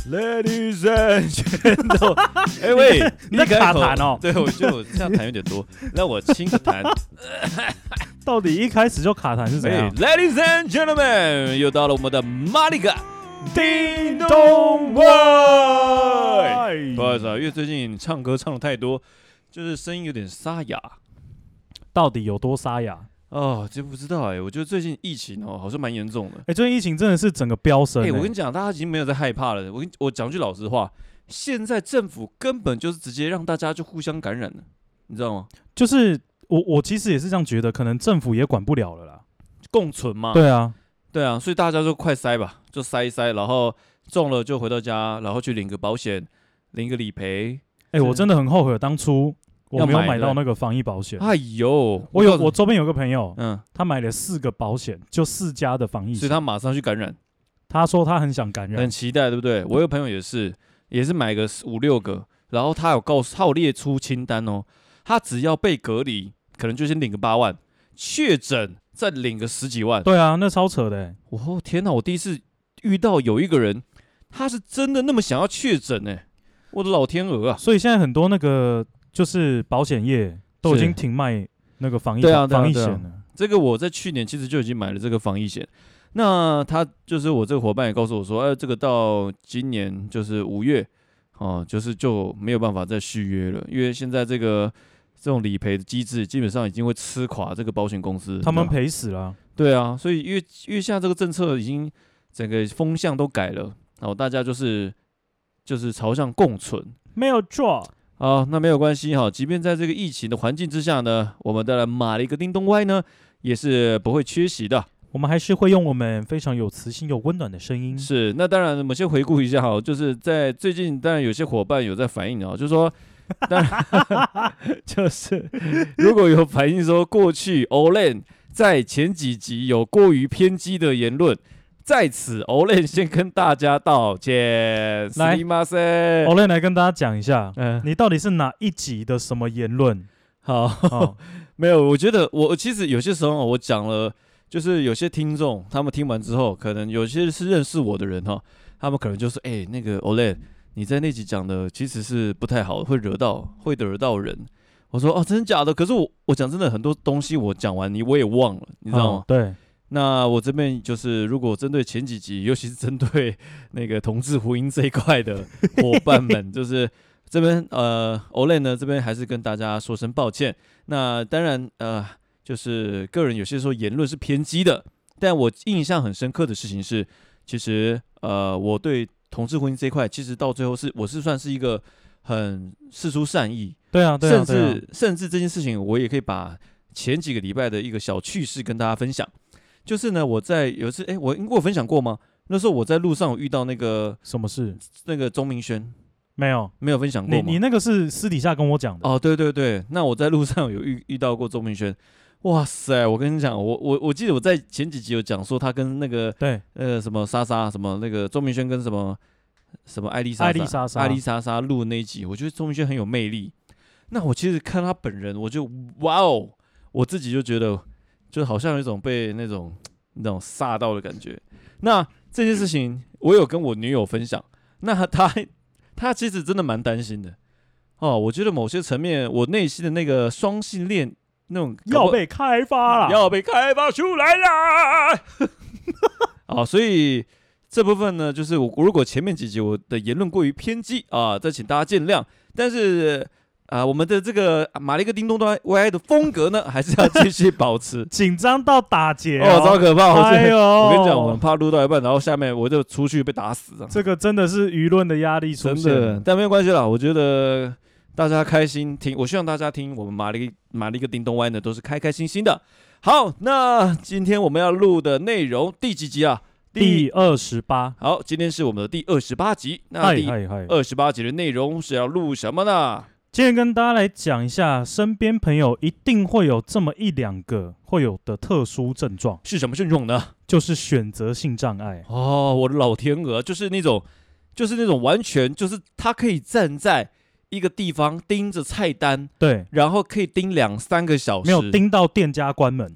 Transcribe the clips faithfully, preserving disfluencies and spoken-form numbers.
Ladies and gentlemen， 哎喂， 你在卡弹哦？ 对，我觉得我这样弹有点多，让我轻个弹。 到底一开始就卡弹是怎样 ？Ladies and gentlemen， 又到了我们的马里嘎叮咚外。不好意思啊，因为最近唱歌唱的太多，就是声音有点沙哑。 到底有多沙哑？ 哦，这不知道哎、欸，我觉得最近疫情哦，好像蛮严重的。 哎、欸，最近疫情真的是整个飙升、欸。 哎、欸，我跟你讲，大家已经没有在害怕了。我跟我讲句老实话，现在政府根本就是直接让大家就互相感染了，你知道吗？ 就是我我其实也是这样觉得，可能政府也管不了了啦， 共存嘛。 对啊， 对啊，所以大家就快筛吧，就筛一筛，然后中了就回到家，然后去领个保险，领个理赔。 哎、欸，我真的很后悔当初。我没有买到那个防疫保险。 哎呦， 我有我周边有个朋友， 嗯， 他买了四个保险，就四家的防疫险， 所以他马上去感染。 他说他很想感染， 很期待，对不对？我有朋友也是，也是买个五六个，然后他有告诉，他有列出清单哦，他只要被隔离，可能就先领个八万，确诊再领个十几万。 对啊，那超扯的、欸。 哦天哪，我第一次遇到有一个人，他是真的那么想要确诊哎，我的老天鹅啊！ 所以现在很多那个。就是保险业都已经停卖那个防疫、 啊、 防疫险了、 啊。这个我在去年其实就已经买了这个防疫险。那他就是我这个伙伴也告诉我说，哎，这个到今年就是五月，哦，就是就没有办法再续约了，因为现在这个这种理赔的机制基本上已经会吃垮这个保险公司， 他们赔死了、啊。 对啊，所以因为因为现在这个政策已经整个风向都改了，然后大家就是就是朝向共存， 没有错。 好，那没有关系哈。即便在这个疫情的环境之下呢，我们的马里个叮咚歪呢，也是不会缺席的。 我们还是会用我们非常有磁性又温暖的声音。 是，那当然，我们先回顾一下哈，就是在最近，当然有些伙伴有在反映啊，就是说，当然就是如果有反映说，过去 Olen 在前几集有过于偏激的言论。在此 ，Olen 先跟大家道歉。 来 ，Olen 来跟大家讲一下， 嗯， 你到底是哪一集的什么言论？ 好，哦、没有，我觉得我其实有些时候我讲了，就是有些听众他们听完之后，可能有些是认识我的人哈，他们可能就说，哎、欸，那个 Olen 你在那集讲的其实是不太好，会惹到会惹到人。我说哦，真的假的？可是我我讲真的，很多东西我讲完你我也忘了，你知道吗？ 哦、对。 那我这边就是，如果针对前几集，尤其是针对那个同志婚姻这一块的伙伴们，就是这边呃 ，Olen 呢这边还是跟大家说声抱歉。那当然呃，就是个人有些时候言论是偏激的，但我印象很深刻的事情是，其实呃，我对同志婚姻这一块，其实到最后是我是算是一个很释出善意， 对啊，对啊， 甚至对啊甚至这件事情，我也可以把前几个礼拜的一个小趣事跟大家分享。就是呢，我在有一次，哎，我应该有分享过吗？那时候我在路上有遇到那个什么事？ 那个钟明轩， 没有， 没有分享过吗？ 你你那个是私底下跟我讲的哦，对对对，那我在路上有遇遇到过钟明轩，哇塞！我跟你讲，我我我记得我在前几集有讲说他跟那个对呃什么莎莎什么那个钟明轩跟什么什么艾丽莎艾丽莎莎艾丽莎莎录的那一集，我觉得钟明轩很有魅力。那我其实看他本人，我就哇哦，我自己就觉得就好像有一种被那种。那种煞到的感觉。那这件事情我有跟我女友分享，那她她其实真的蛮担心的哦。我觉得某些层面，我内心的那个双性恋那种要被开发了， 要被开发出来啦。啊，所以这部分呢，就是我如果前面几集我的言论过于偏激啊，再请大家见谅。但是。啊、呃，我们的这个马里个叮咚咚 Y I 的风格呢，还是要继续保持。 紧张到打结哦，超可怕！ 哎呦， 我跟你讲，我们怕录到一半，然后下面我就出去被打死了。 这个真的是舆论的压力出现， 真的，但没有关系啦。我觉得大家开心听，我希望大家听我们马里马里个叮咚 Y 呢，都是开开心心的。好，那今天我们要录的内容第几集啊？ 第二十八。 好，今天是我们的第二十八集。那第二十八集的内容是要录什么呢？ 今天跟大家来讲一下，身边朋友一定会有这么一两个会有的特殊症状， 是什么症状呢？ 就是选择性障碍。 哦，我的老天鹅，就是那种，就是那种完全就是他可以站在一个地方盯着菜单， 对， 然后可以盯两三个小时， 没有盯到店家关门啊，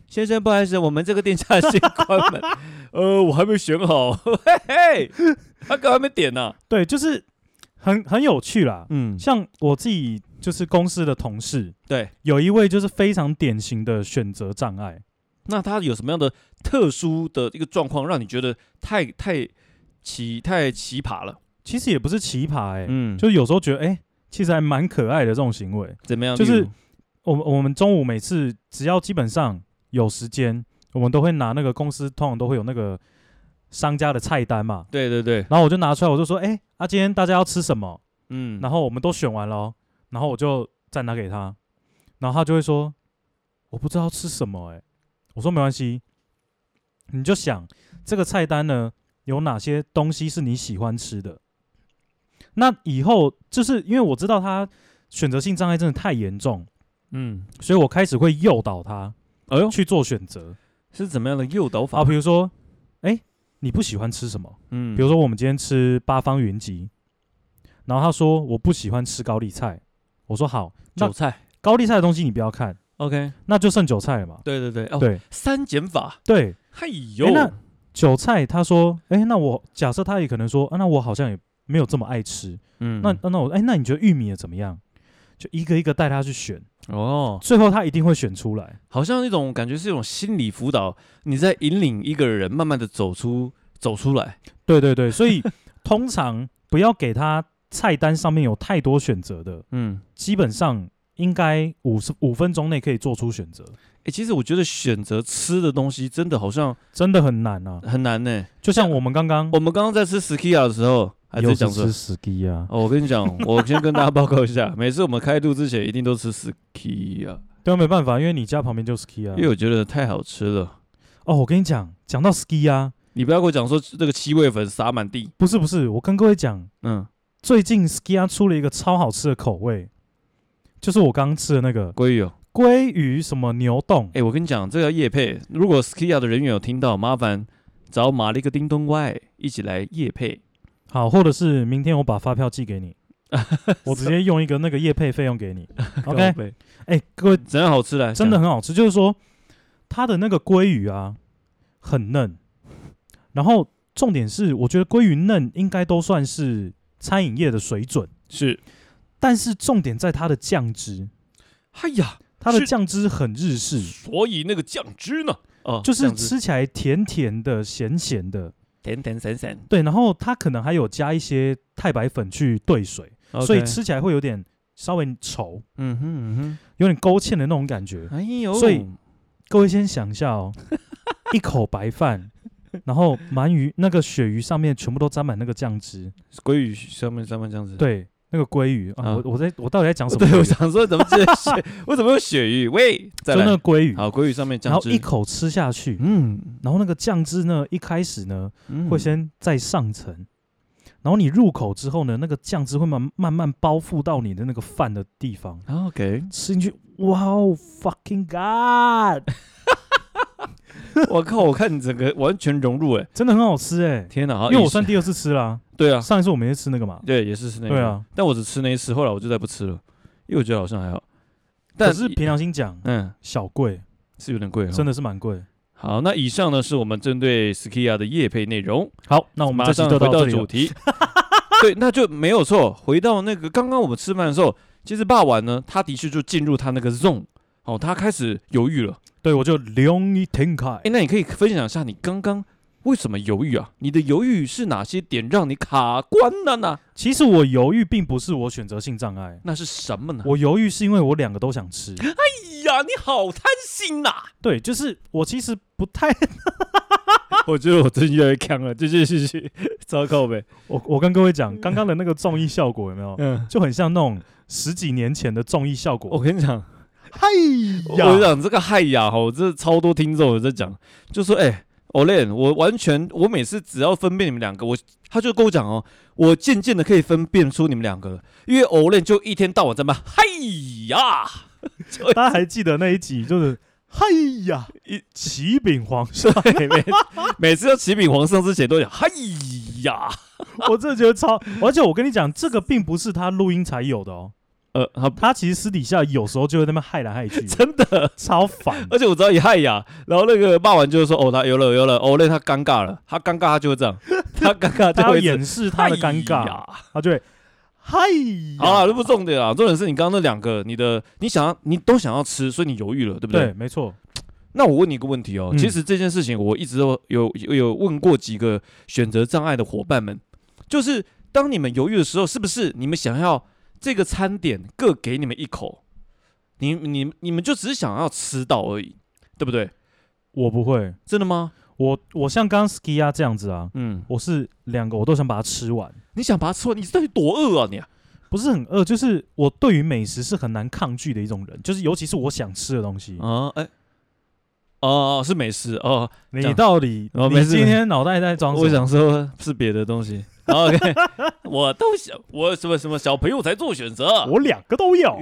先生，不好意思，我们这个店家先关门。呃，我还没选好，嘿嘿，他刚还没点呢、啊。 对，就是很很有趣啦。 嗯， 像我自己就是公司的同事， 对， 有一位就是非常典型的选择障碍。 那他有什么样的特殊的一个状况，让你觉得太太奇太奇葩了？ 其实也不是奇葩哎、欸， 嗯， 就是有时候觉得哎、欸，其实还蛮可爱的这种行为。 怎么样？ 就是我们我们中午每次只要基本上有时间，我们都会拿那个公司通常都会有那个商家的菜单嘛。 对对对， 然后我就拿出来，我就说，哎、欸，啊，今天大家要吃什么？ 嗯， 然后我们都选完了、喔，然后我就再拿给他，然后他就会说，我不知道吃什么、欸，哎，我说没关系，你就想这个菜单呢有哪些东西是你喜欢吃的。那以后就是因为我知道他选择性障碍真的太严重，嗯，所以我开始会诱导他，哎呦，去做选择。 是怎么样的诱导法？ 啊，比如说，哎、欸，你不喜欢吃什么？嗯，比如说我们今天吃八方云集，然后他说我不喜欢吃高丽菜，我说好， 韭菜， 高丽菜的东西你不要看 ，OK， 那就剩韭菜了嘛。 对对对，哦， 对， 三减法， 对， 哎呦， 欸、那韭菜他说，哎、欸，那我假设他也可能说，啊，那我好像也没有这么爱吃，嗯，那那我，哎、欸，那你觉得玉米的怎么样？就一个一个带他去选，哦，最后他一定会选出来， 好像那种感觉是一种心理辅导，你在引领一个人慢慢的走出走出来。 对对对，所以通常不要给他菜单上面有太多选择的，嗯，基本上应该五十五分钟内可以做出选择。 哎、欸，其实我觉得选择吃的东西真的好像真的很难啊， 很难呢、欸。 就像我们刚刚， 我们刚刚在吃 Skia 的时候。还在讲吃 ski 啊！ 哦，我跟你讲，我先跟大家报告一下，每次我们开录之前一定都吃 ski 啊。 对啊，没办法，因为你家旁边就 ski 啊。 因为我觉得太好吃了。 哦，我跟你讲，讲到 ski 啊， 你不要跟我讲说这个七味粉撒满地。 不是不是，我跟各位讲，嗯，最近 ski 啊出了一个超好吃的口味，就是我刚刚吃的那个鲑鱼哦， 鲑鱼什么牛冻。 哎、欸，我跟你讲，这个业配，如果 ski 的人员有听到，麻烦找马力克叮咚外一起来业配。 好，或者是明天我把发票寄给你，我直接用一个那个业配费用给你。OK， 哎、欸，各位， 怎样好吃来？ 真的很好吃，就是说它的那个鲑鱼啊很嫩，然后重点是，我觉得鲑鱼嫩应该都算是餐饮业的水准， 是， 但是重点在它的酱汁。 哎呀， 它的酱汁很日式， 所以那个酱汁呢，哦， 就是吃起来甜甜的、咸咸的。 甜甜咸咸， 对，然后它可能还有加一些太白粉去兑水， okay. 所以吃起来会有点稍微稠，嗯哼嗯哼，有点勾芡的那种感觉。哎呦，所以各位先想一下哦，一口白饭，然后鳗鱼那个鳕鱼上面全部都沾满那个酱汁， 鲑鱼上面沾满酱汁， 对，那个鲑鱼啊，啊我我在我到底在讲什么？ 对，我想说怎么接鳕，我怎么有鳕鱼？喂，再来就那个鲑鱼， 好，鲑鱼上面酱汁， 然后一口吃下去，嗯，然后那个酱汁呢，一开始呢、嗯、会先在上层，然后你入口之后呢，那个酱汁会慢慢慢包覆到你的那个饭的地方。 OK， 吃进去，哇哦 ，fucking god！ 我靠，我看你整个完全融入，哎， 真的很好吃哎！ 天哪， 因为我算第二次吃啦、啊。 对啊， 上一次我没吃那个嘛。 对，也是吃那个。 对啊， 但我只吃那一次，后来我就再不吃了，因为我觉得好像还好。但可是凭良心讲，嗯，小贵是有点贵， 真的是蛮贵。 好，那以上呢是我们针对 Skia 的业配内容。 好，那我们马上回到主题。对，那就没有错。回到那个刚刚我们吃饭的时候，其实霸王呢，他的确就进入他那个 zone， 哦，他开始犹豫了。 对，我就容易停开。 哎，那你可以分享一下你刚刚为什么犹豫啊？你的犹豫是哪些点让你卡关了呢？ 其实我犹豫并不是我选择性障碍， 那是什么呢？ 我犹豫是因为我两个都想吃。 哎呀，你好贪心呐、啊！ 对，就是我其实不太， 我觉得我真越来越强了，继续继续，糟糕呗。 我我跟各位讲，刚刚的那个综艺效果有没有？嗯，就很像那种十几年前的综艺效果。 我跟你讲。 嗨呀！ 我讲这个嗨呀，哈，这超多听众有在讲，就说哎 ，Olen， 我完全，我每次只要分辨你们两个，我他就跟我讲哦，我渐渐的可以分辨出你们两个了，因为 Olen 就一天到晚在骂嗨呀， 大家还记得那一集就是嗨呀，启禀皇上， 每每次要启禀皇上之前都讲嗨呀， 我真的觉得超，而且我跟你讲，这个并不是他录音才有的哦。 呃，他他其实私底下有时候就会在那边害来害去， 真的超烦。 而且我知道也害呀，然后那个骂完就是说，哦，他有了有了，欧雷他尴尬了，他尴尬他就会这样，他尴尬他要就会掩饰他的尴尬， 呀。 他就会嗨呀。 好了，这不重点啊，重点是你刚刚那两个，你的你想要你都想要吃，所以你犹豫了，对不对？ 对，没错。 那我问你一个问题哦， 嗯其实这件事情我一直都有有有问过几个选择障碍的伙伴们，就是当你们犹豫的时候，是不是你们想要这个餐点各给你们一口，你你你们就只是想要吃到而已，对不对？ 我不会， 真的吗？ 我我像刚刚 Skia 这样子啊， 嗯， 我是两个我都想把它吃完， 你想把它吃完，你到底多饿啊你啊？ 不是很饿，就是我对于美食是很难抗拒的一种人，就是尤其是我想吃的东西。 啊，哎、哦，是美食哦。 你到底， 哦没事你今天脑袋在装什么？ 我想说是别的东西。OK， 我都想，我什么什么小朋友才做选择。 我两个都要。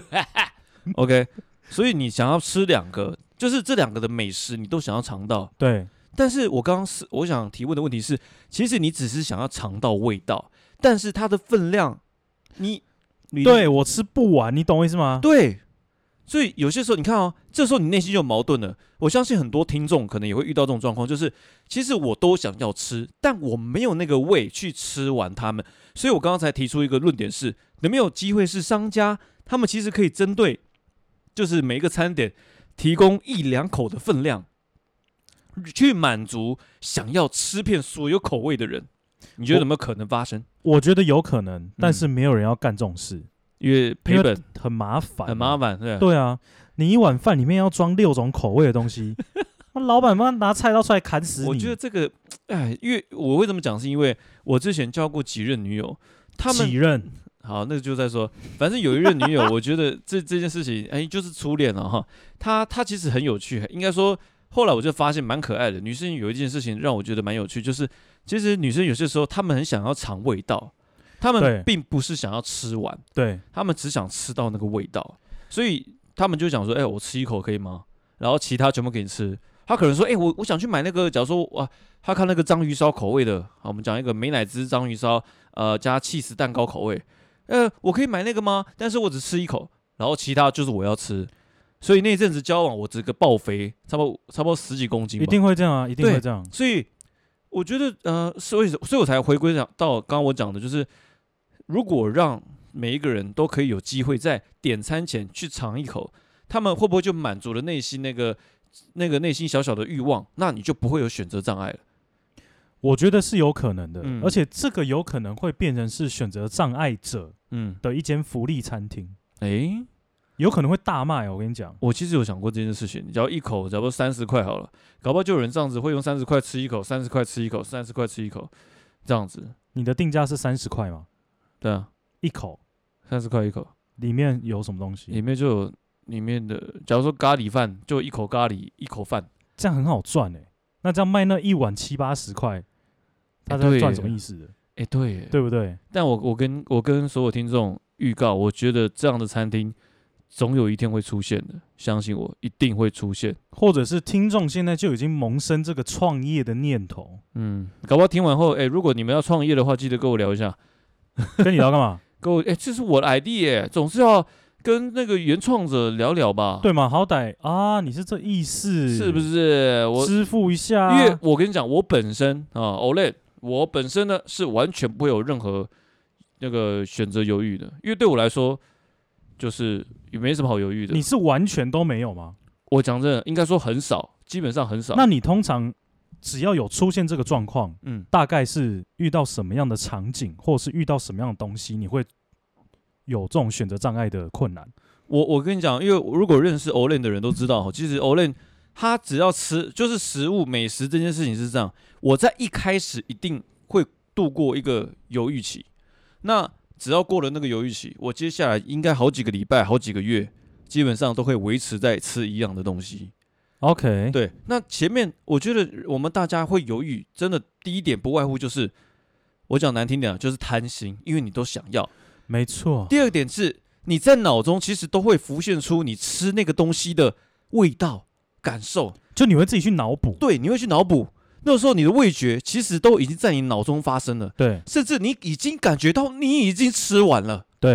OK， 所以你想要吃两个，就是这两个的美食你都想要尝到。 对， 但是我刚刚是我想提问的问题是，其实你只是想要尝到味道，但是它的分量，你你对我吃不完，你懂我意思吗？ 对。所以有些时候你看哦，这时候你内心就有矛盾了。我相信很多听众可能也会遇到这种状况，就是其实我都想要吃，但我没有那个胃去吃完它们。所以我刚刚才提出一个论点是，有没有机会是商家他们其实可以针对，就是每一个餐点提供一两口的分量，去满足想要吃遍所有口味的人。你觉得有没有可能发生？ 我觉得有可能，但是没有人要干这种事， 因为赔本很麻烦， 很麻烦，对。 对啊，你一碗饭里面要装六种口味的东西，那老板妈拿菜刀出来砍死你。 我觉得这个，哎，因为我会这么讲，是因为我之前交过几任女友，他们几任？ 好，那个就在说，反正有一任女友，我觉得这这件事情，哎，就是初恋了哈。她她其实很有趣，应该说，后来我就发现蛮可爱的。女生有一件事情让我觉得蛮有趣，就是其实女生有些时候她们很想要尝味道，她们并不是想要吃完， 对， 她们只想吃到那个味道，所以她们就讲说，哎，我吃一口可以吗？然后其他全部给你吃。他可能说，哎、欸，我我想去买那个，假如说哇，他看那个章鱼烧口味的，好，我们讲一个美乃滋章鱼烧，呃，加起司蛋糕口味，呃，我可以买那个吗？但是我只吃一口，然后其他就是我要吃，所以那阵子交往，我整个爆肥，差不多差不多十几公斤吧， 一定会这样啊，一定会这样。 所以我觉得，呃，所以所以我才回归讲到刚刚我讲的，就是如果让每一个人都可以有机会在点餐前去尝一口，他们会不会就满足了内心那个？那个内心小小的欲望，那你就不会有选择障碍了。 我觉得是有可能的， 嗯、 而且这个有可能会变成是选择障碍者嗯的一间福利餐厅， 哎、欸， 有可能会大卖、哦。我跟你讲， 我其实有想过这件事情，只要一口，假如三十块好了，搞不好就有人这样子会用三十块吃一口，三十块吃一口，三十块吃一口，这样子。 你的定价是三十块吗？ 对啊， 一口三十块一口， 里面有什么东西？ 里面就有。里面的，假如说咖喱饭，就一口咖喱，一口饭， 这样很好赚哎、欸。那这样卖那一碗七八十块，他在赚什么意思的？ 哎、欸，对， 对不对？ 但我我跟我跟所有听众预告，我觉得这样的餐厅总有一天会出现的，相信我，一定会出现。 或者是听众现在就已经萌生这个创业的念头， 嗯，搞不好听完后，哎、欸，如果你们要创业的话，记得跟我聊一下。 跟你聊干嘛？ 跟我，哎、欸，这是我的 idea， 总是要。跟那个原创者聊聊吧， 对嘛？好歹啊，你是这意思， 是不是？我支付一下， 因为我跟你讲，我本身啊 ，Olen， 我本身呢是完全不会有任何那个选择犹豫的，因为对我来说，就是也没什么好犹豫的。 你是完全都没有吗？ 我讲真的，应该说很少，基本上很少。 那你通常只要有出现这个状况， 嗯， 大概是遇到什么样的场景，或者是遇到什么样的东西，你会有这种选择障碍的困难？ 我我跟你讲，因为如果认识 Olen 的人都知道，其实 Olen 他只要吃就是食物美食这件事情是这样，我在一开始一定会度过一个犹豫期，那只要过了那个犹豫期，我接下来应该好几个礼拜、好几个月，基本上都会维持在吃一样的东西。 OK， 对，那前面我觉得我们大家会犹豫，真的第一点不外乎就是我讲难听点，就是贪心，因为你都想要。 没错。 第二点是，你在脑中其实都会浮现出你吃那个东西的味道、感受， 就你会自己去脑补。 对，你会去脑补。那时候你的味觉其实都已经在你脑中发生了， 对， 甚至你已经感觉到你已经吃完了。 对，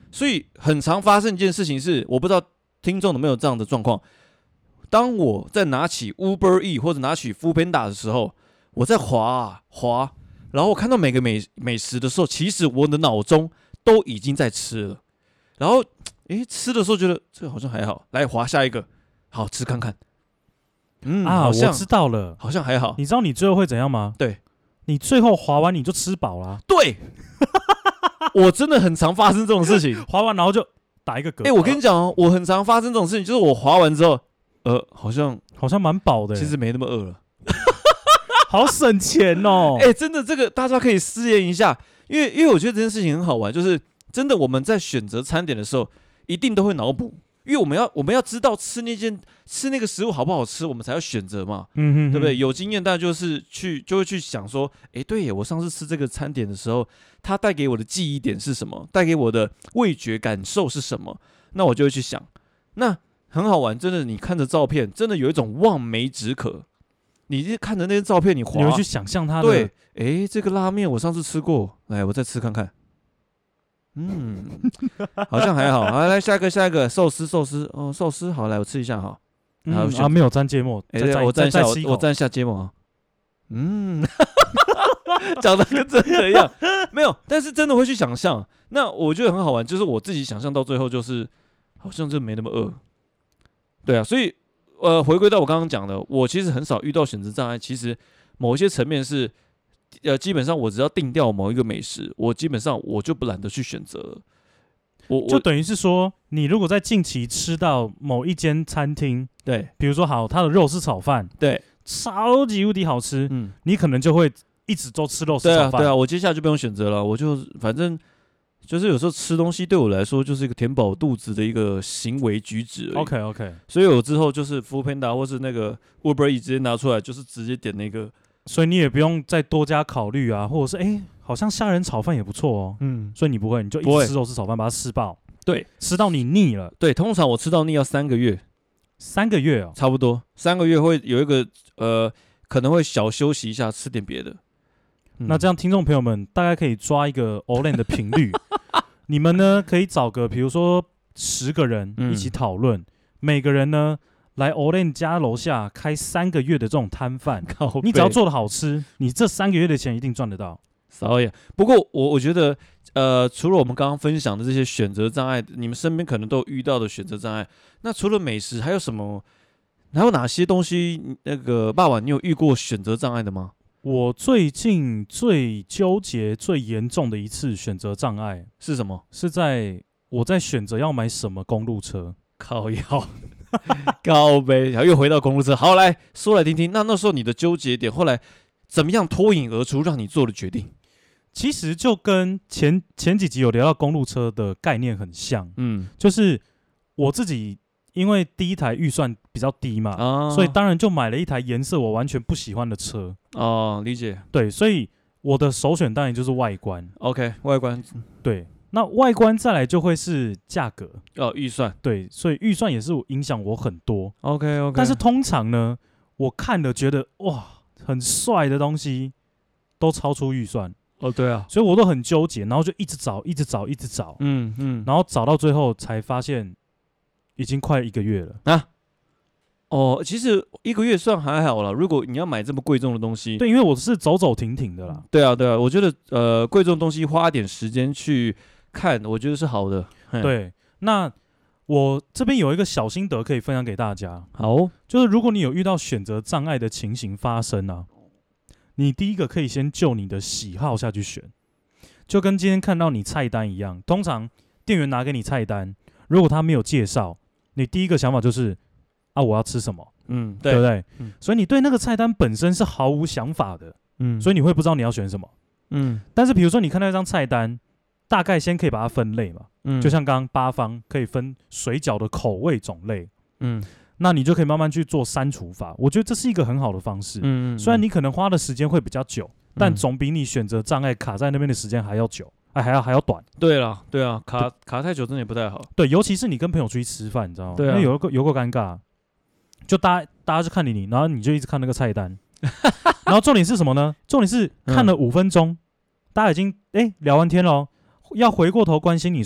所以很常发生一件事情是，我不知道听众有没有这样的状况。当我在拿起 Uber E 或者拿起 Foodpanda 的时候，我在滑啊滑，然后我看到每个美美食的时候，其实我的脑中都已经在吃了。然后，诶，吃的时候觉得这个好像还好，来滑下一个，好吃看看。嗯啊， 好像我知道了， 好像还好。 你知道你最后会怎样吗？ 对， 你最后滑完你就吃饱啦。 对，我真的很常发生这种事情。 滑完然后就打一个嗝。 哎、我跟你讲哦，我很常发生这种事情，就是我滑完之后，呃，好像好像蛮饱的欸， 其实没那么饿了。 好省钱哦。 哎、真的，这个大家可以试验一下，因为因为我觉得这件事情很好玩，就是真的我们在选择餐点的时候，一定都会脑补，因为我们要我们要知道吃那件吃那个食物好不好吃，我们才要选择嘛， 嗯哼哼， 对不对？有经验，大家就是去就会去想说，哎，对耶，我上次吃这个餐点的时候，它带给我的记忆点是什么？带给我的味觉感受是什么？那我就会去想，那很好玩，真的，你看着照片，真的有一种望梅止渴。你看着那些照片，你滑， 你会去想象它的。 对，哎，这个拉面我上次吃过，来，我再吃看看。嗯，好像还好。好，来下一个，下一个寿司，寿司哦，寿司好，来我吃一下哈。 嗯然后选啊，没有沾芥末， 哎、 再蘸我蘸一下，我再吃一口我蘸一下芥末啊。嗯，讲的跟真的一样，没有，但是真的会去想象。那我觉得很好玩，就是我自己想象到最后，就是好像就没那么饿。对啊，所以呃，回归到我刚刚讲的，我其实很少遇到选择障碍。其实某一些层面是，呃，基本上我只要定掉某一个美食，我基本上我就不懒得去选择了。我我就等于是说，你如果在近期吃到某一间餐厅， 对比如说好，它的肉丝炒饭对， 超级无敌好吃， 嗯， 你可能就会一直都吃肉丝炒饭。 对啊对啊，我接下来就不用选择了，我就反正就是有时候吃东西对我来说就是一个填饱肚子的一个行为举止而已。 OK OK， 所以我之后就是 Foodpanda 或是那个 Uber E 直接拿出来，就是直接点那个， 所以你也不用再多加考虑啊，或者是哎、欸好像虾仁炒饭也不错哦。 嗯， 所以你不会，你就一不会直吃肉丝炒饭，把它吃爆， 对吃到你腻了。 对，通常我吃到腻要三个月， 三个月哦， 差不多三个月会有一个呃，可能会小休息一下，吃点别的。嗯那这样听众朋友们大概可以抓一个 Olen 的频率，你们呢可以找个比如说十个人嗯一起讨论，每个人呢来 Olen 家楼下开三个月的这种摊贩， 靠背你只要做的好吃，你这三个月的钱一定赚得到。 少一点。不过我我觉得，呃，除了我们刚刚分享的这些选择障碍，你们身边可能都有遇到的选择障碍。那除了美食，还有什么？还有哪些东西？那个爸爸，你有遇过选择障碍的吗？ 我最近最纠结、最严重的一次选择障碍是什么？ 是在我在选择要买什么公路车。 靠腰，高呗，然后又回到公路车。好，来说来听听。那那时候你的纠结点，后来怎么样脱颖而出，让你做了决定？ 其实就跟前前几集有聊到公路车的概念很像， 嗯就是我自己因为第一台预算比较低嘛， 啊， 所以当然就买了一台颜色我完全不喜欢的车。 哦，理解。 对，所以我的首选当然就是外观。 OK，外观对，那外观再来就会是价格。 哦，预算对，所以预算也是影响我很多。 OK OK， 但是通常呢，我看了觉得哇很帅的东西都超出预算， 哦对啊， 所以我都很纠结，然后就一直找一直找一直找， 嗯嗯， 然后找到最后才发现已经快一个月了。 啊，哦，其实一个月算还好啦。如果你要买这么贵重的东西， 对，因为我是走走停停的啦。 对啊对啊，我觉得呃贵重的东西花一点时间去看，我觉得是好的。嘿， 对，那我这边有一个小心得可以分享给大家， 好， 就是如果你有遇到选择障碍的情形发生啊，你第一个可以先就你的喜好下去选，就跟今天看到你菜单一样。通常店员拿给你菜单，如果他没有介绍，你第一个想法就是啊，我要吃什么， 嗯， 对不对？ 嗯所以你对那个菜单本身是毫无想法的， 嗯， 所以以你会不知道你要选什么。 嗯但是比如说你看到一张菜单，大概先可以把它分类嘛， 嗯， 就像刚刚八方可以分水饺的口味种类， 嗯那你就可以慢慢去做删除法。我觉得这是一个很好的方式。 嗯， 虽然你可能花的时间会比较久，但嗯总比你选择障碍卡在那边的时间还要久，哎，还要还要短。 对了对啊，卡卡太久真的也不太好。 对，尤其是你跟朋友出去吃饭，你知道吗？ 对啊因为有个有个尴尬，就大家大家就看你你，然后你就一直看那个菜单，然后重点是什么呢？重点是看了五分钟，大家已经哎聊完天喽，要回过头关心你说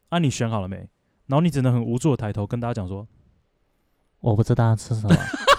啊，你选好了没？然后你只能很无助的抬头跟大家讲说，我不知道要吃什么。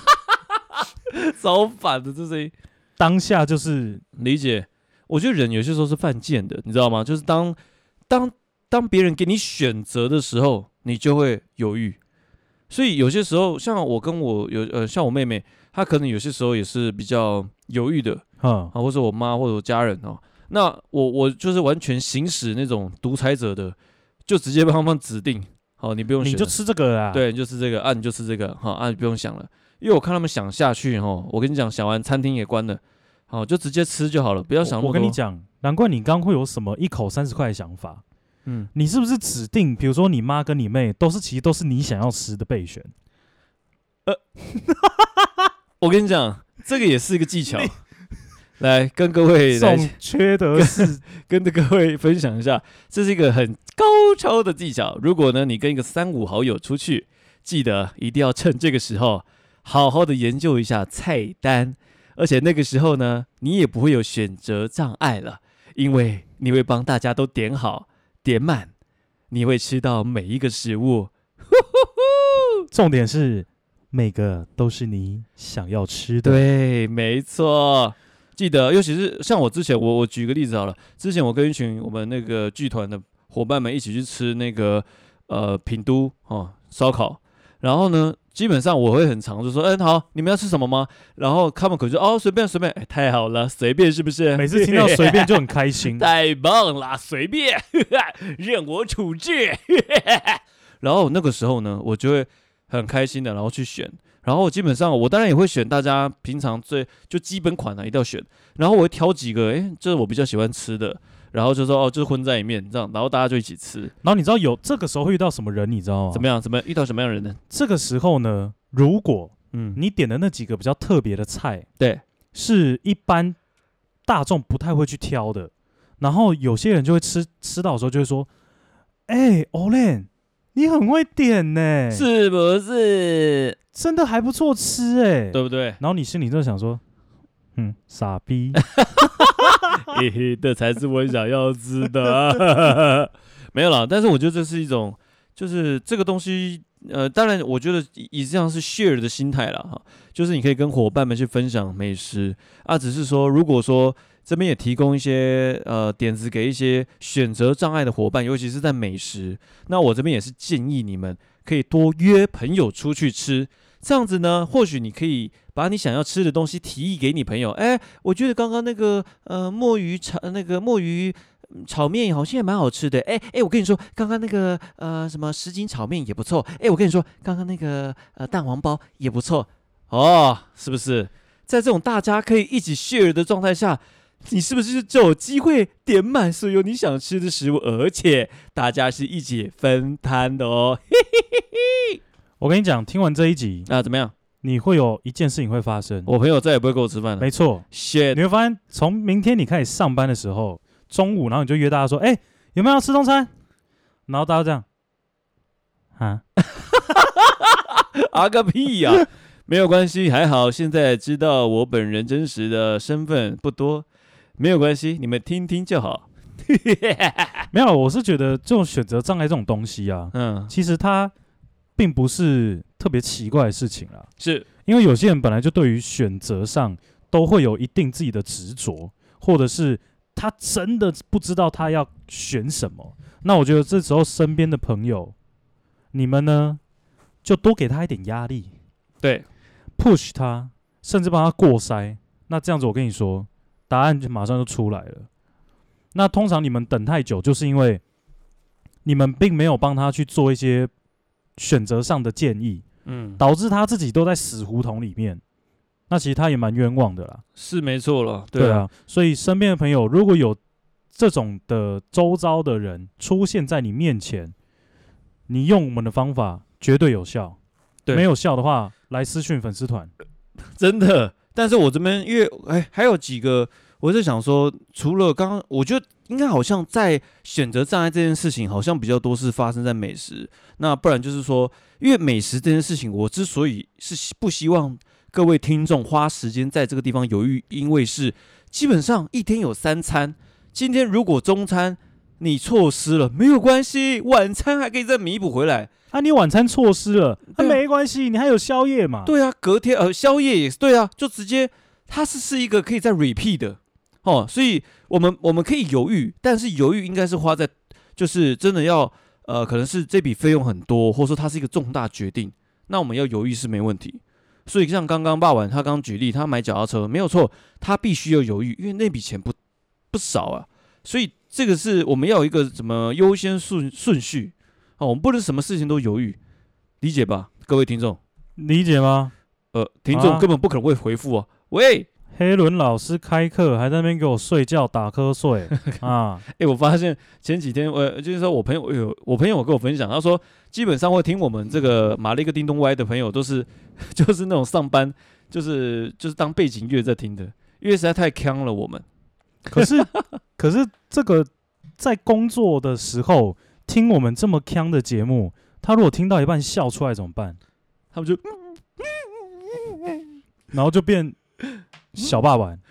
超烦的，这声音。 当下就是理解，我觉得人有些时候是犯贱的，你知道吗？就是当当当别人给你选择的时候，你就会犹豫。所以有些时候，像我跟我有呃，像我妹妹，她可能有些时候也是比较犹豫的嗯啊，或者我妈或者我家人哦。那我我就是完全行使那种独裁者的，就直接帮他们指定，好，你不用选了， 你就吃这个啦。 对，你就吃这个啊，你就吃这个，好啊，你不用想了，因为我看他们想下去哦，我跟你讲，想完餐厅也关了，好，就直接吃就好了，不要想那么多。 我跟你讲，难怪你刚会有什么一口三十块的想法。 嗯， 你是不是指定，比如说你妈跟你妹都是，其实都是你想要吃的备选？ 呃，我跟你讲，这个也是一个技巧。来跟各位来宋缺德是跟着各位分享一下，这是一个很高超的技巧。如果呢你跟一个三五好友出去，记得一定要趁这个时候好好的研究一下菜单，而且那个时候呢，你也不会有选择障碍了，因为你会帮大家都点好点满，你会吃到每一个食物。 重点是每个都是你想要吃的。 对，没错。记得，尤其是像我之前，我我举个例子好了。之前我跟一群我们那个剧团的伙伴们一起去吃那个呃品都哦烧烤，然后呢，基本上我会很常就说，嗯好，你们要吃什么吗？然后他们可能就哦随便随便，哎太好了，随便是不是？ 每次听到随便就很开心， 太棒了，随便，任我处置。然后那个时候呢，我就会很开心的，然后去选。然后基本上我当然也会选大家平常最就基本款的、啊、一定要选，然后我会挑几个，哎，这是我比较喜欢吃的，然后就说哦，就是混在里面这样，然后大家就一起吃。 然后你知道有这个时候会遇到什么人，你知道吗？ 怎么样？怎么样？遇到什么样的人呢？ 这个时候呢，如果嗯， 你点的那几个比较特别的菜， 对， 是一般大众不太会去挑的，然后有些人就会吃吃到的时候就会说，哎 ，Olen， 你很会点呢， 是不是？ 真的还不错吃哎， 对不对？ 然后你心里就想说，嗯，傻逼， 嘿嘿，这才是我想要吃的。没有啦，但是我觉得这是一种，就是这个东西，呃，当然我觉得以这样是 share 的心态啦，哈，就是你可以跟伙伴们去分享美食啊，只是说如果说这边也提供一些呃点子给一些选择障碍的伙伴，尤其是在美食，那我这边也是建议你们可以多约朋友出去吃。这样子呢，或许你可以把你想要吃的东西提议给你朋友。哎，我觉得刚刚那个呃墨鱼炒那个墨鱼炒面好像也蛮好吃的。哎哎，我跟你说，刚刚那个呃什么什锦炒面也不错。哎，我跟你说，刚刚那个呃蛋黄包也不错哦，是不是？在这种大家可以一起 share 的状态下，你是不是就有机会点满所有你想吃的食物，而且大家是一起分摊的哦。嘿嘿嘿嘿。 我跟你讲，听完这一集啊，怎么样？ 你会有一件事情会发生， 我朋友再也不会跟我吃饭了。 没错 ，shit， 你会发现，从明天你开始上班的时候，中午，然后你就约大家说，哎、欸，有没有要吃中餐？然后大家这样，啊， 啊个屁呀、啊！没有关系，还好现在知道我本人真实的身份不多，没有关系，你们听听就好。 没有，我是觉得这种选择障碍这种东西啊，嗯，其实它并不是特别奇怪的事情啦， 是因为有些人本来就对于选择上都会有一定自己的执着，或者是他真的不知道他要选什么。那我觉得这时候身边的朋友，你们呢就多给他一点压力， 对 ，push 他，甚至帮他过筛。那这样子，我跟你说，答案就马上就出来了。那通常你们等太久，就是因为你们并没有帮他去做一些选择上的建议，嗯，导致他自己都在死胡同里面。那其实他也蛮冤枉的啦， 是没错了，对啊， 对啊。所以身边的朋友如果有这种的周遭的人出现在你面前，你用我们的方法绝对有效。对，没有效的话，来私讯粉丝团。 真的，但是我这边因为哎还有几个，我在想说，除了刚刚，我觉得应该好像在选择障碍这件事情，好像比较多是发生在美食。那不然就是说，因为美食这件事情，我之所以是不希望各位听众花时间在这个地方犹豫，因为是基本上一天有三餐。今天如果中餐你错失了没有关系，晚餐还可以再弥补回来。 啊，你晚餐错失了，那、 对啊没关系，你还有宵夜嘛？ 对啊，隔天呃宵夜也是对啊，就直接它是是一个可以再 repeat 的哦，所以我们我们可以犹豫，但是犹豫应该是花在就是真的要呃可能是这笔费用很多，或者说它是一个重大决定，那我们要犹豫是没问题。所以像刚刚霸晚他刚举例，他买脚踏车没有错，他必须要犹豫，因为那笔钱不不少啊，所以这个是我们要有一个什么优先顺顺序哦，我们不能什么事情都犹豫，理解吧，各位听众？ 理解吗？ 呃，听众啊根本不可能会回复哦。喂， 黑轮老师开课还在那边给我睡觉打瞌睡啊！ 哎，我发现前几天，呃，就是说我朋友有我朋友跟我分享，他说基本上会听我们这个马了一个叮咚歪的朋友，都是就是那种上班就是就是当背景乐在听的，因为实在太坑了我们。 可是可是这个在工作的时候听我们这么坑的节目，他如果听到一半笑出来怎么办？ 他们就然后就变小霸王。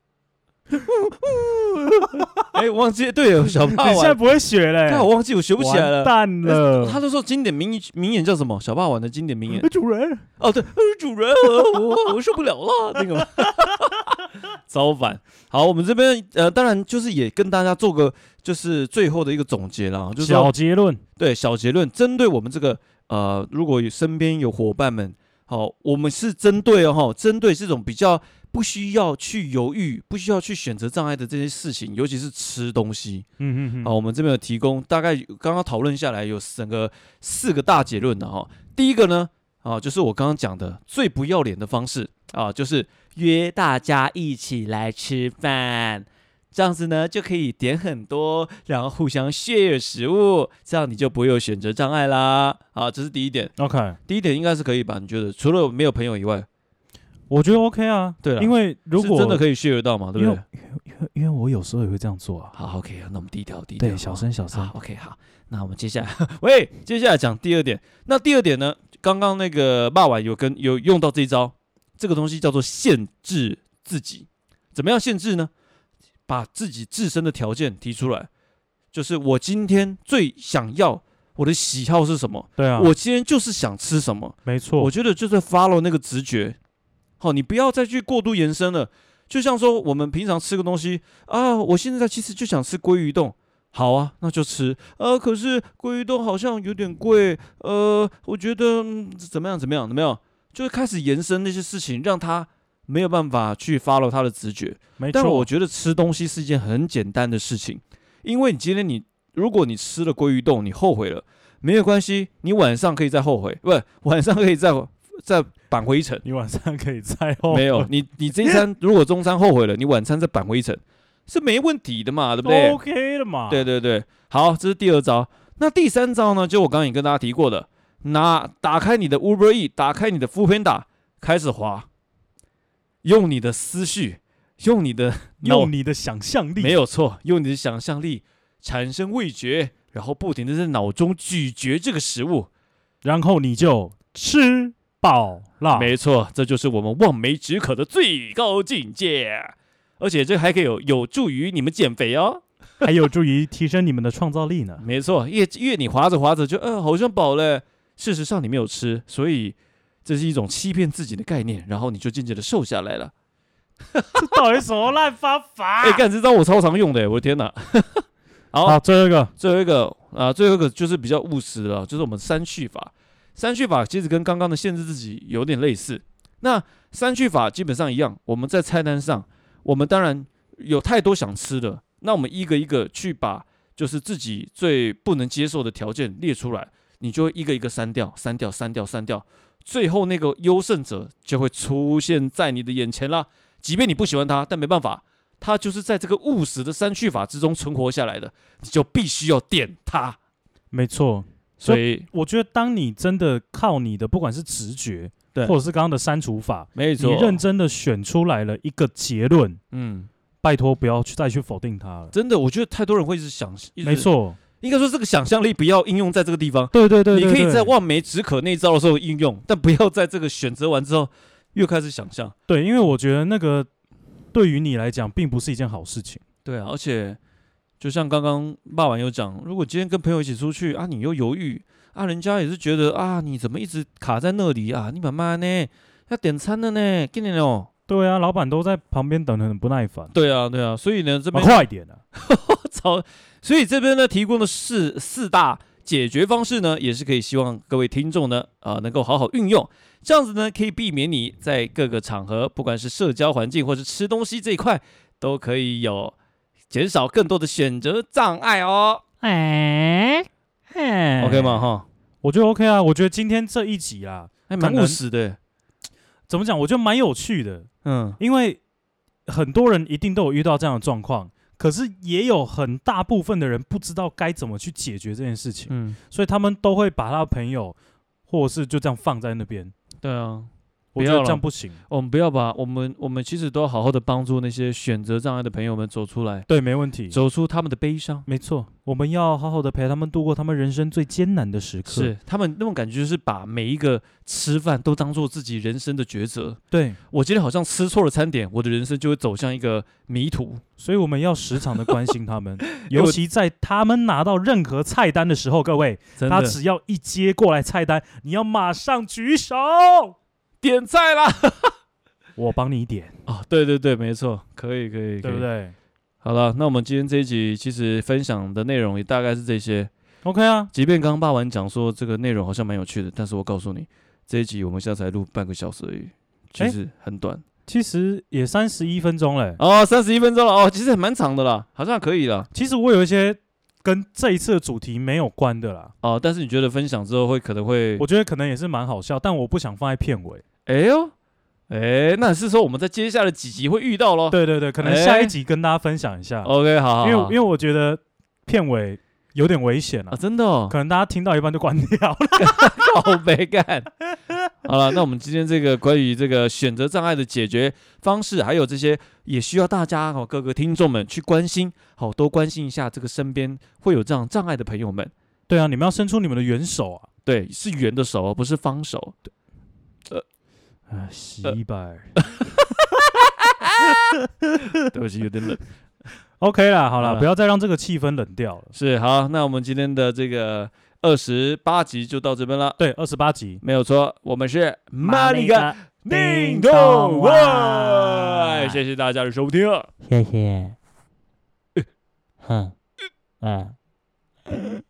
哎，忘记对有小霸王， 你现在不会学嘞、 但我忘记我学不起来了。 完蛋了！ 他都说经典名名言叫什么？小霸王的经典名言。 主人， 哦，对，主人，我我受不了了，那个超烦。好，我们这边呃，当然就是也跟大家做个就是最后的一个总结啦，就是说小结论， 对小结论，针对我们这个呃，如果身边有伙伴们，好，我们是针对哦，哈，针对这种比较不需要去犹豫、不需要去选择障碍的这些事情，尤其是吃东西。 嗯嗯嗯， 好，我们这边有提供，大概刚刚讨论下来有整个四个大结论的哈。第一个呢，啊，就是我刚刚讲的最不要脸的方式啊，就是约大家一起来吃饭，这样子呢就可以点很多，然后互相 share 食物，这样你就不会有选择障碍啦。啊，这是第一点。 OK， 第一点应该是可以吧？你觉得？除了没有朋友以外， 我觉得 OK 啊。 对啦因为如果是真的可以 share 到嘛？对不对？ 因为因为我有时候也会这样做啊。 好 ，OK 啊，那我们低调低调， 对，小声小声好。，OK，好，那我们接下来，喂，接下来讲第二点。那第二点呢？刚刚那个霸王有跟有用到这一招，这个东西叫做限制自己。怎么样限制呢？把自己自身的条件提出来，就是我今天最想要，我的喜好是什么？ 对啊， 我今天就是想吃什么。 没错。 我觉得就是 follow 那个直觉。好，你不要再去过度延伸了。就像说我们平常吃个东西啊，我现在其实就想吃鲑鱼冻，好啊，那就吃。呃，可是鲑鱼冻好像有点贵，呃，我觉得、嗯、怎么样怎么样，有没有？就会开始延伸那些事情，让他没有办法去 follow 他的直觉。 没错。 但我觉得吃东西是一件很简单的事情，因为你今天你如果你吃了鲑鱼冻，你后悔了，没有关系，你晚上可以再后悔，不是晚上可以再再扳回一城。 你晚上可以再后没有，你你这一餐如果中餐后悔了，你晚餐再扳回一城是没问题的嘛，对不对 OK 的嘛。 对对对，好，这是第二招。那第三招呢？就我刚刚也跟大家提过的，拿打开你的 Uber E， 打开你的 Foodpanda， 开始滑，用你的思绪，用你的用你的想象力， 没有错，用你的想象力产生味觉，然后不停的在脑中咀嚼这个食物， 然后你就吃饱了。 没错，这就是我们望梅止渴的最高境界。而且这还可以有有助于你们减肥哦， 还有助于提升你们的创造力呢。 没错，越越你滑着滑着就呃好像饱了，事实上你没有吃，所以这是一种欺骗自己的概念，然后你就渐渐的瘦下来了。 这到底什么烂方法？ 哎、欸，干这招我超常用的，我的天哪！好， 好，最后一个， 最后一个啊、呃，最后一个就是比较务实的了，就是我们删去法。删去法其实跟刚刚的限制自己有点类似。那删去法基本上一样，我们在菜单上，我们当然有太多想吃的，那我们一个一个去把就是自己最不能接受的条件列出来，你就会一个一个删掉，删掉，删掉，删掉，最后那个优胜者就会出现在你的眼前啦。即便你不喜欢他，但没办法，他就是在这个务实的删去法之中存活下来的，你就必须要点他。 没错。 所以我觉得，当你真的靠你的不管是直觉， 对， 或者是刚刚的删除法， 没错， 你认真的选出来了一个结论， 嗯， 拜托不要去再去否定它了。 真的，我觉得太多人会是想， 没错， 应该说这个想象力不要应用在这个地方。 对对 对, 對， 你可以在望梅止渴那一招的时候应用，但不要在这个选择完之后又开始想象。 对，因为我觉得那个对于你来讲并不是一件好事情。 对啊，而且就像刚刚爸爸有讲，如果今天跟朋友一起出去啊，你又犹豫啊，人家也是觉得啊，你怎么一直卡在那里啊？你慢慢呢，要点餐了呢，给你哦。 对啊，老板都在旁边等，很不耐烦。 对啊，对啊，所以呢，这边快点啊！ 操，所以这边呢提供的四四大解决方式呢，也是可以希望各位听众呢啊、呃、能够好好运用，这样子呢可以避免你在各个场合，不管是社交环境或是吃东西这一块，都可以有减少更多的选择障碍哦。 哎、 欸、，OK 吗？哈， 我觉得 OK 啊，我觉得今天这一集啊， 还蛮务实的。 怎么讲？我觉得蛮有趣的。嗯，因为很多人一定都有遇到这样的状况。可是也有很大部分的人不知道该怎么去解决这件事情，嗯，所以他们都会把他的朋友，或者是就这样放在那边。 对啊， 我觉得这样不行。 我们不要把我们我们其实都要好好的帮助那些选择障碍的朋友们走出来。 对，没问题， 走出他们的悲伤。 没错，我们要好好的陪他们度过他们人生最艰难的时刻。 是，他们那种感觉就是把每一个吃饭都当做自己人生的抉择。 对， 我今天好像吃错了餐点，我的人生就会走向一个迷途。 所以我们要时常的关心他们，尤其在他们拿到任何菜单的时候，各位，他只要一接过来菜单，你要马上举手点菜啦， 我帮你点。 哦，对对对，没错，可以可以， 对不对？ 好了，那我们今天这一集其实分享的内容也大概是这些。 OK 啊， 即便刚刚爸完讲说这个内容好像蛮有趣的，但是我告诉你，这一集我们现在才录半个小时而已，其实很短。欸其实也三十一分钟嘞， 哦，三十一分钟了哦，其实蛮长的啦，好像可以啦。 其实我有一些跟这一次的主题没有关的啦， 哦，但是你觉得分享之后会可能会， 我觉得可能也是蛮好笑，但我不想放在片尾。 哎呦，哎，那是说我们在接下来几集会遇到咯？ 对对对，可能下一集跟大家分享一下。 OK， 好， 因为因为我觉得片尾有点危险啊， 啊真的哦， 可能大家听到一半就关掉了， 好没干。好了，那我们今天这个关于这个选择障碍的解决方式，还有这些也需要大家哦，各个听众们去关心，好，多关心一下这个身边会有这样障碍的朋友们。 对啊，你们要伸出你们的援手啊， 对，是圆的手，不是方手。 呃，啊，洗白， 对不起，有点冷。 OK 啦，好了，不要再让这个气氛冷掉了。 是，好，那我们今天的这个二十八集就到这边了。 对，二十八集没有错，我们是马里嘎叮咚外，谢谢大家的收听， 谢谢。哼，啊。